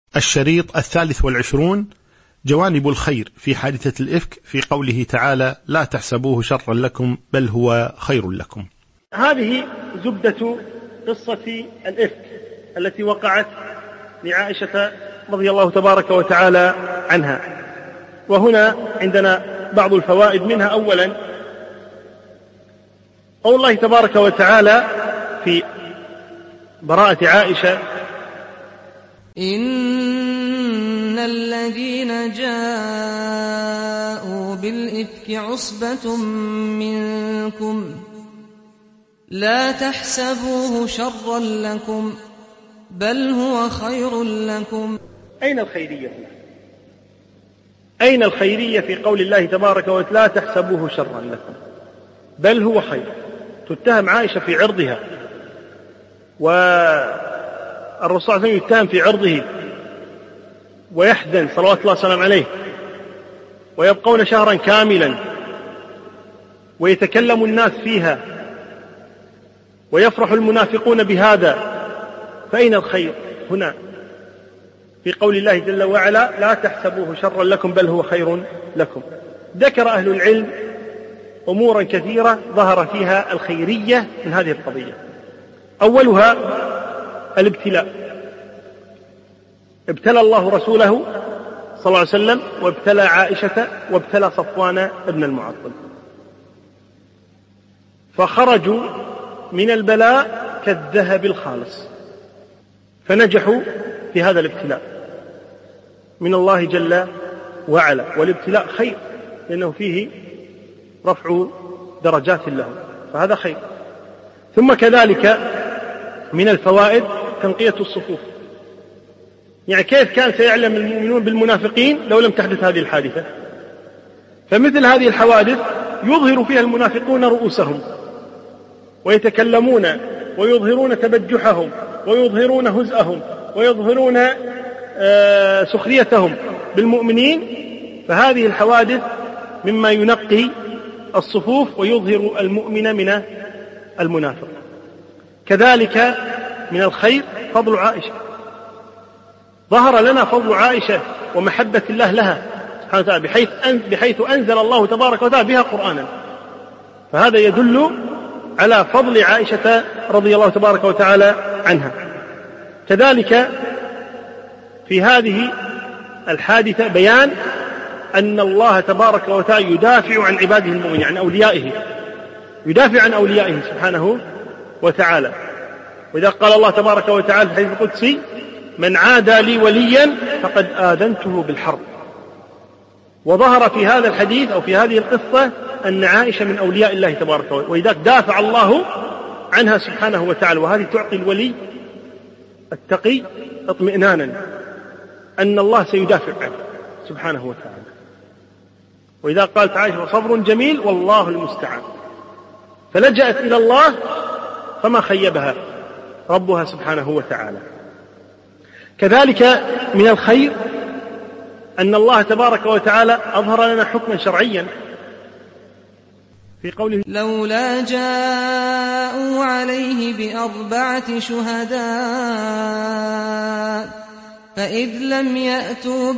الشريط 23 جوانب الخير في حادثة الإفك، في قوله تعالى: لا تحسبوه شرا لكم بل هو خير لكم. هذه زبدة قصة الإفك التي وقعت لعائشة رضي الله تبارك وتعالى عنها. وهنا عندنا بعض الفوائد منها. أولا، قول الله تبارك وتعالى في براءة عائشة: إن الذين جاءوا بالإفك عصبة منكم لا تحسبوه شرا لكم بل هو خير لكم. أين الخيرية هنا؟ أين الخيرية في قول الله تبارك وتعالى: لا تحسبوه شرا لكم بل هو خير؟ تتهم عائشة في عرضها، والرسول صلى الله عليه وسلم يتهم في عرضه ويحزن صلوات الله وسلامه عليه، ويبقون شهرا كاملا ويتكلم الناس فيها ويفرح المنافقون بهذا. فأين الخير هنا في قول الله جل وعلا: لا تحسبوه شرا لكم بل هو خير لكم؟ ذكر أهل العلم أمورا كثيرة ظهر فيها الخيرية من هذه القضية. أولها الابتلاء. ابتلى الله رسوله صلى الله عليه وسلم، وابتلى عائشة، وابتلى صفوان ابن المعطل، فخرجوا من البلاء كالذهب الخالص، فنجحوا في هذا الابتلاء من الله جل وعلا. والابتلاء خير لأنه فيه رفع درجات لهم، فهذا خير. ثم كذلك من الفوائد تنقية الصفوف. يعني كيف كان سيعلم المؤمنون بالمنافقين لو لم تحدث هذه الحادثة؟ فمثل هذه الحوادث يظهر فيها المنافقون رؤوسهم ويتكلمون ويظهرون تبجحهم ويظهرون هزءهم ويظهرون سخريتهم بالمؤمنين. فهذه الحوادث مما ينقي الصفوف ويظهر المؤمن من المنافق. كذلك من الخير فضل عائشة. ظهر لنا فضل عائشة ومحبة الله لها سبحانه وتعالى بحيث أنزل الله تبارك وتعالى بها قرآنا، فهذا يدل على فضل عائشة رضي الله تبارك وتعالى عنها. كذلك في هذه الحادثة بيان أن الله تبارك وتعالى يدافع عن عباده المؤمنين، عن أوليائه، يدافع عن أوليائه سبحانه وتعالى. وإذا قال الله تبارك وتعالى في الحديث القدسي: من عادى لي وليا فقد آذنته بالحرب. وظهر في هذا الحديث أو في هذه القصة أن عائشة من أولياء الله تبارك وتعالى، وإذا دافع الله عنها سبحانه وتعالى. وهذه تعطي الولي التقي اطمئنانا أن الله سيدافع عنه سبحانه وتعالى. وإذا قالت عائشة: صبر جميل والله المستعان، فلجأت إلى الله فما خيبها ربها سبحانه وتعالى. كذلك من الخير أن الله تبارك وتعالى أظهر لنا حكما شرعيا في قوله: لولا جاءوا عليه بأربعة شهداء فإذ لم يأتوا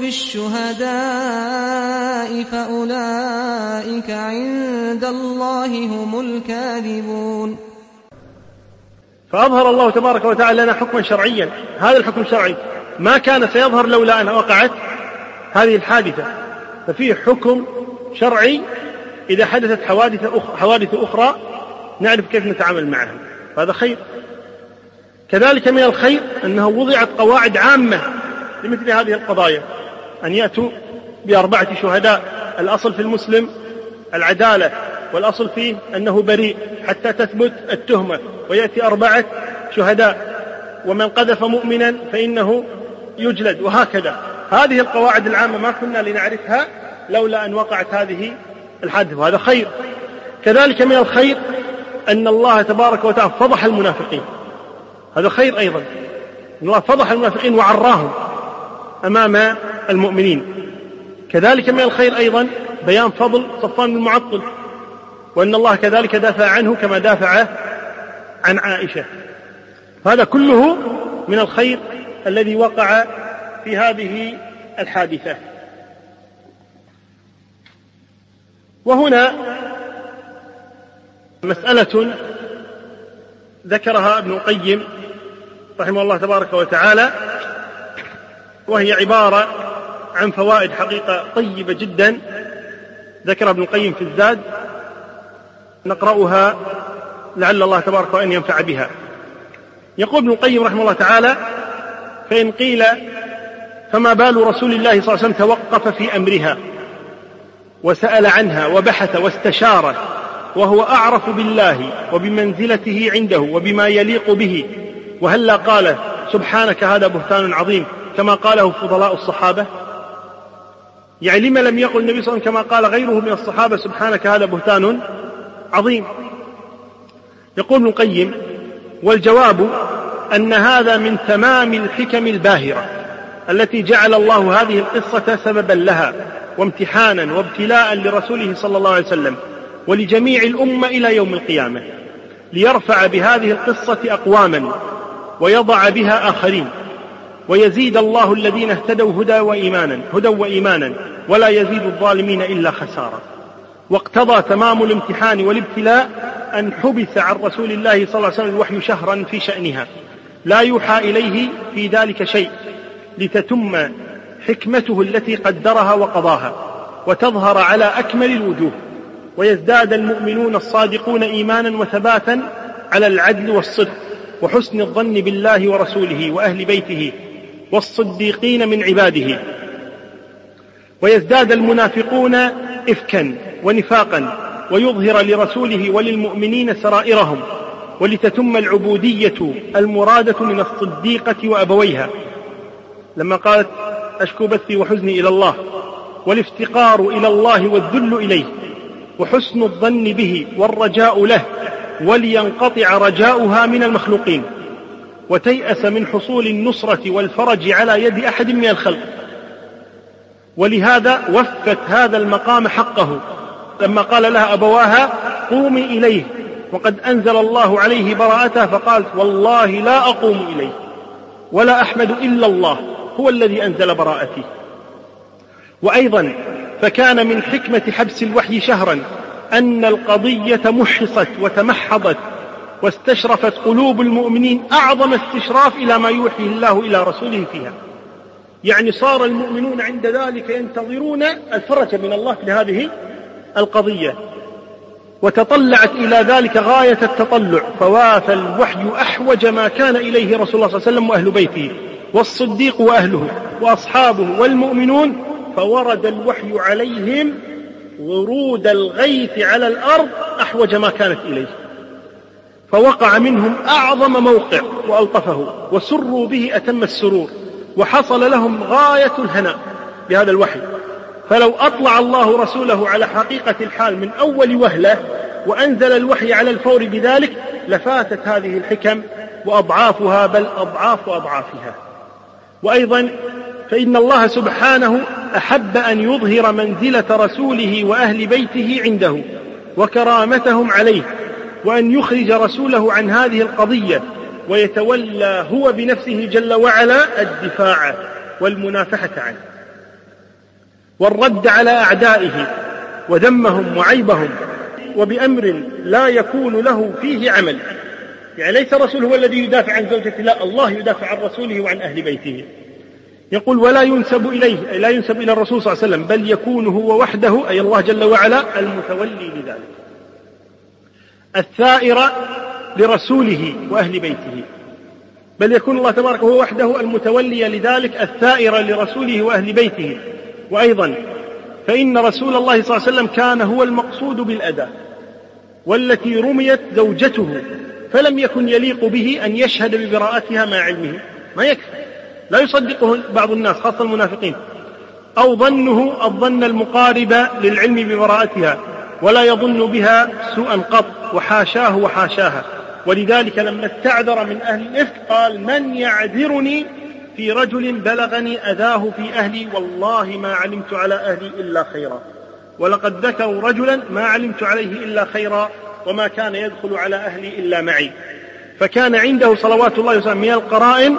بالشهداء فأولئك عند الله هم الكاذبون. فأظهر الله تبارك وتعالى لنا حكما شرعيا. هذا الحكم الشرعي ما كان سيظهر لولا أن وقعت هذه الحادثة، ففيه حكم شرعي إذا حدثت حوادث أخرى نعرف كيف نتعامل معها، فهذا خير. كذلك من الخير أنه وضعت قواعد عامة لمثل هذه القضايا، أن يأتوا ب4 شهداء. الأصل في المسلم العدالة، والأصل فيه أنه بريء حتى تثبت التهمة، ويأتي 4 شهداء، ومن قذف مؤمنا فإنه يجلد، وهكذا. هذه القواعد العامة ما كنا لنعرفها لولا أن وقعت هذه الحادثة، وهذا خير. كذلك من الخير أن الله تبارك وتعالى فضح المنافقين، هذا خير أيضا. أن الله فضح المنافقين وعراهم أمام المؤمنين. كذلك من الخير أيضا بيان فضل صفوان بن المعطل، وأن الله كذلك دافع عنه كما دافع عن عائشة. هذا كله من الخير الذي وقع في هذه الحادثة. وهنا مسألة ذكرها ابن القيم رحمه الله تبارك وتعالى، وهي عبارة عن فوائد حقيقة طيبة جدا ذكر ابن القيم في الزاد، نقرأها لعل الله تبارك وأن ينفع بها. يقول ابن القيم رحمه الله تعالى: فإن قيل فما بال رسول الله صلى الله عليه وسلم توقف في أمرها وسأل عنها وبحث واستشار وهو أعرف بالله وبمنزلته عنده وبما يليق به، وهلا قال سبحانك هذا بهتان عظيم كما قاله فضلاء الصحابة؟ يعني لما لم يقل النبي صلى الله عليه وسلم كما قال غيره من الصحابة سبحانك هذا بهتان عظيم؟ يقول ابن القيم: والجواب أن هذا من تمام الحكم الباهرة التي جعل الله هذه القصة سببا لها وامتحانا وابتلاء لرسوله صلى الله عليه وسلم ولجميع الأمة إلى يوم القيامة، ليرفع بهذه القصة أقواما ويضع بها آخرين، ويزيد الله الذين اهتدوا هدى وإيمانا ولا يزيد الظالمين إلا خسارة. واقتضى تمام الامتحان والابتلاء أن حبس عن رسول الله صلى الله عليه وسلم الوحي شهرا في شأنها لا يوحى إليه في ذلك شيء، لتتم حكمته التي قدرها وقضاها وتظهر على أكمل الوجوه، ويزداد المؤمنون الصادقون إيمانا وثباتا على العدل والصدق وحسن الظن بالله ورسوله وأهل بيته والصديقين من عباده، ويزداد المنافقون إفكا ونفاقا، ويظهر لرسوله وللمؤمنين سرائرهم، ولتتم العبودية المرادة من الصديقة وأبويها لما قالت أشكو بثي وحزني إلى الله، والافتقار إلى الله والذل إليه، وحسن الظن به والرجاء له، ولينقطع رجاؤها من المخلوقين، وتيأس من حصول النصرة والفرج على يد أحد من الخلق. ولهذا وفت هذا المقام حقه لما قال لها أبواها قومي إليه، وقد أنزل الله عليه براءته فقالت والله لا أقوم إليه ولا أحمد إلا الله هو الذي أنزل براءتي. وأيضا فكان من حكمة حبس الوحي شهرا أن القضية محصت وتمحضت واستشرفت قلوب المؤمنين أعظم استشراف إلى ما يوحي الله إلى رسوله فيها، يعني صار المؤمنون عند ذلك ينتظرون الفرج من الله في هذه القضية، وتطلعت إلى ذلك غاية التطلع، فوافى الوحي أحوج ما كان إليه رسول الله صلى الله عليه وسلم وأهل بيته والصديق وأهله وأصحابه والمؤمنون، فورد الوحي عليهم ورود الغيث على الأرض أحوج ما كانت إليه، فوقع منهم أعظم موقع وألطفه، وسروا به أتم السرور، وحصل لهم غاية الهناء بهذا الوحي. فلو أطلع الله رسوله على حقيقة الحال من أول وهلة وأنزل الوحي على الفور بذلك لفاتت هذه الحكم وأضعافها، بل أضعاف أضعافها. وأيضا فإن الله سبحانه أحب أن يظهر منزلة رسوله وأهل بيته عنده وكرامتهم عليه، وأن يخرج رسوله عن هذه القضية ويتولى هو بنفسه جل وعلا الدفاع والمنافحة عنه والرد على أعدائه وذمهم وعيبهم، وبأمر لا يكون له فيه عمل. يعني ليس الرسول هو الذي يدافع عن زوجته، لا، الله يدافع عن رسوله وعن أهل بيته. يقول ولا ينسب إليه، لا ينسب إلى الرسول صلى الله عليه وسلم، بل يكون هو وحده أي الله جل وعلا المتولي لذلك، الثائر لرسوله وأهل بيته، بل يكون الله تبارك هو وحده المتولي لذلك الثائر لرسوله وأهل بيته. وأيضا فإن رسول الله صلى الله عليه وسلم كان هو المقصود بالأداء، والتي رميت زوجته، فلم يكن يليق به أن يشهد ببراءتها مع علمه، ما يكفي، لا يصدقه بعض الناس خاصة المنافقين، أو ظنه الظن المقارب للعلم ببراءتها، ولا يظن بها سوءا قط، وحاشاه وحاشاها. ولذلك لما استعذر من أهل الإفك قال من يعذرني في رجل بلغني أذاه في أهلي والله ما علمت على أهلي إلا خيرا، ولقد ذكروا رجلا ما علمت عليه إلا خيرا وما كان يدخل على أهلي إلا معي. فكان عنده صلوات الله وسلامه من القرائن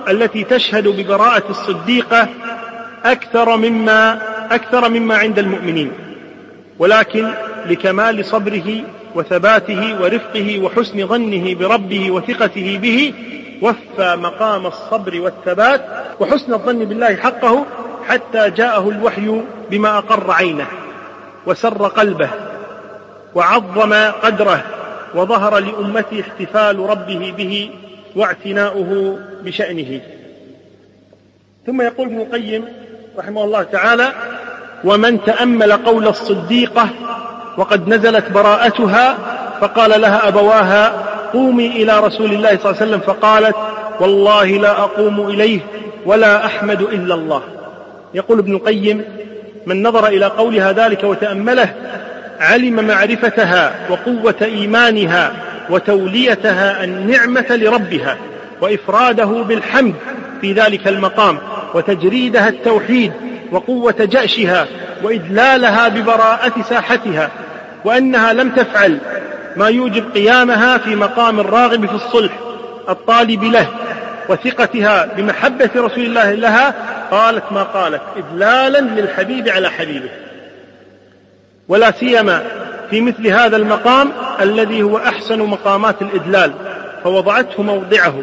التي تشهد ببراءة الصديقة أكثر مما عند المؤمنين، ولكن لكمال صبره وثباته ورفقه وحسن ظنه بربه وثقته به وفى مقام الصبر والثبات وحسن الظن بالله حقه، حتى جاءه الوحي بما أقر عينه وسر قلبه وعظم قدره، وظهر لأمته احتفال ربه به واعتناؤه بشأنه. ثم يقول ابن القيم رحمه الله تعالى: ومن تأمل قول الصديقة وقد نزلت براءتها فقال لها أبواها: قومي إلى رسول الله صلى الله عليه وسلم، فقالت: والله لا أقوم إليه ولا أحمد إلا الله. يقول ابن القيم: من نظر إلى قولها ذلك وتأمله علم معرفتها وقوة إيمانها وتوليتها النعمة لربها وإفراده بالحمد في ذلك المقام وتجريدها التوحيد وقوة جأشها وإدلالها ببراءة ساحتها، وأنها لم تفعل ما يوجب قيامها في مقام الراغب في الصلح الطالب له، وثقتها بمحبة رسول الله لها قالت ما قالت إدلالا للحبيب على حبيبه، ولا سيما في مثل هذا المقام الذي هو أحسن مقامات الإدلال، فوضعته موضعه.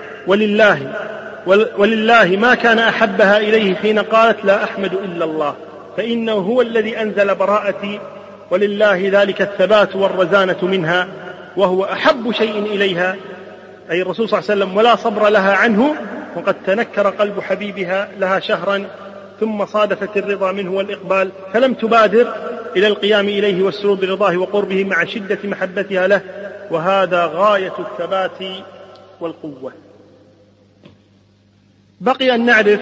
ولله ما كان أحبها إليه حين قالت: لا أحمد إلا الله، فإنه هو الذي أنزل براءتي، ولله ذلك الثبات والرزانة منها، وهو أحب شيء إليها، أي الرسول صلى الله عليه وسلم، ولا صبر لها عنه، وقد تنكر قلب حبيبها لها شهرا، ثم صادفت الرضا منه والإقبال، فلم تبادر إلى القيام إليه والسرور برضاه وقربه مع شدة محبتها له، وهذا غاية الثبات والقوة. بقي أن نعرف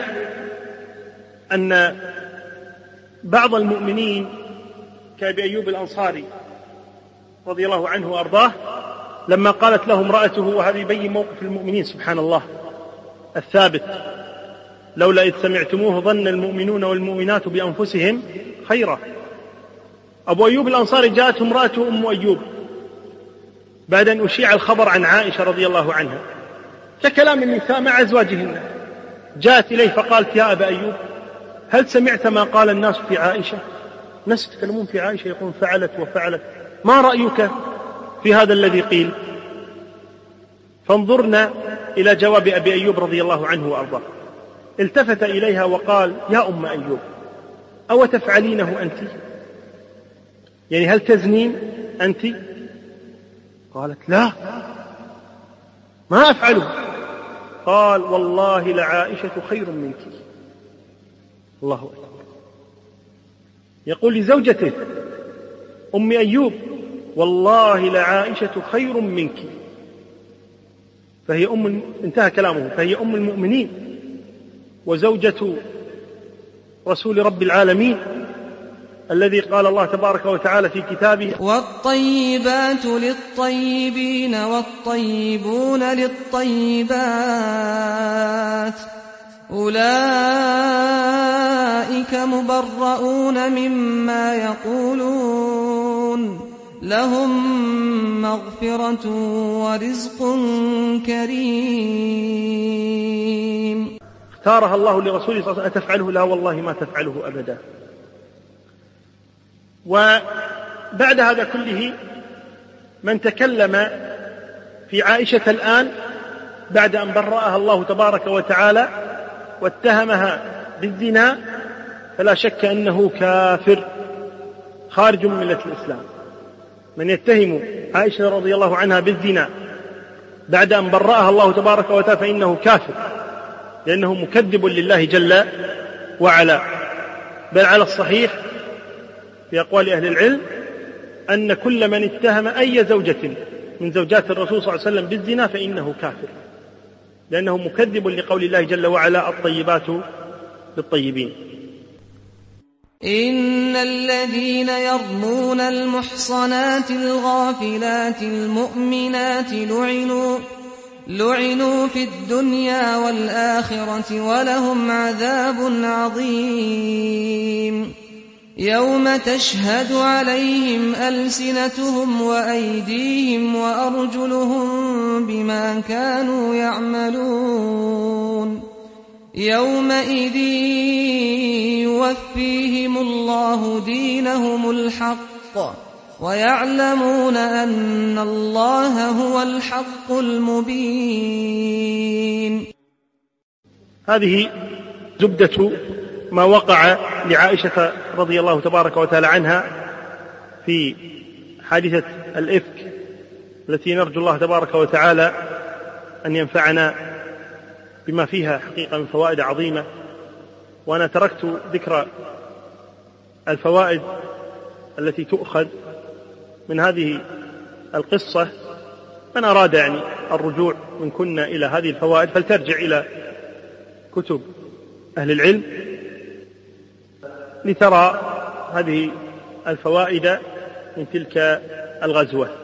أن بعض المؤمنين كأبي أيوب الأنصاري رضي الله عنه وأرضاه لما قالت له امرأته، وهذا يبين موقف المؤمنين سبحان الله الثابت: لولا إذ سمعتموه ظن المؤمنون والمؤمنات بأنفسهم خيرا. أبو أيوب الأنصاري جاءته امرأته أم أيوب بعد أن أشيع الخبر عن عائشة رضي الله عنها ككلام النساء مع أزواجهن، جاءت إليه فقالت: يا أبا أيوب، هل سمعت ما قال الناس في عائشة؟ الناس يتكلمون في عائشة يقول فعلت وفعلت، ما رأيك في هذا الذي قيل؟ فانظرنا إلى جواب أبي أيوب رضي الله عنه وأرضاه. التفت إليها وقال: يا أم أيوب، أو تفعلينه أنت؟ يعني هل تزنين أنت؟ قالت: لا، ما أفعله. قال: والله لعائشة خير منك. الله أكبر. يقول لزوجته أم أيوب: والله لعائشة خير منك، فهي انتهى كلامه، فهي أم المؤمنين وزوجة رسول رب العالمين الذي قال الله تبارك وتعالى في كتابه: والطيبات للطيبين والطيبون للطيبات أولئك مبرؤون مما يقولون لهم مغفرة ورزق كريم. اختارها الله لرسوله صلى الله عليه وسلم: أتفعله؟ لا والله ما تفعله أبدا. وبعد هذا كله من تكلم في عائشة الآن بعد أن برأها الله تبارك وتعالى واتهمها بالزنا فلا شك أنه كافر خارج من ملة الإسلام. من يتهم عائشة رضي الله عنها بالزنا بعد أن برأها الله تبارك وتعالى فإنه كافر، لأنه مكذب لله جل وعلا. بل على الصحيح في أقوال أهل العلم أن كل من اتهم أي زوجة من زوجات الرسول صلى الله عليه وسلم بالزنا فإنه كافر، لأنه مكذب لقول الله جل وعلا: الطيبات للطيبين. إن الذين يرمون المحصنات الغافلات المؤمنات لعنوا في الدنيا والآخرة ولهم عذاب عظيم. يوم تشهد عليهم ألسنتهم وأيديهم وأرجلهم بما كانوا يعملون يومئذ يوفيهم الله دينهم الحق ويعلمون أن الله هو الحق المبين. هذه زبدة ما وقع لعائشة رضي الله تبارك وتعالى عنها في حادثة الإفك التي نرجو الله تبارك وتعالى أن ينفعنا بما فيها حقيقة من فوائد عظيمة. وأنا تركت ذكر الفوائد التي تؤخذ من هذه القصة. من أراد الرجوع من كنا إلى هذه الفوائد فلترجع إلى كتب أهل العلم لترى هذه الفوائد من تلك الغزوة.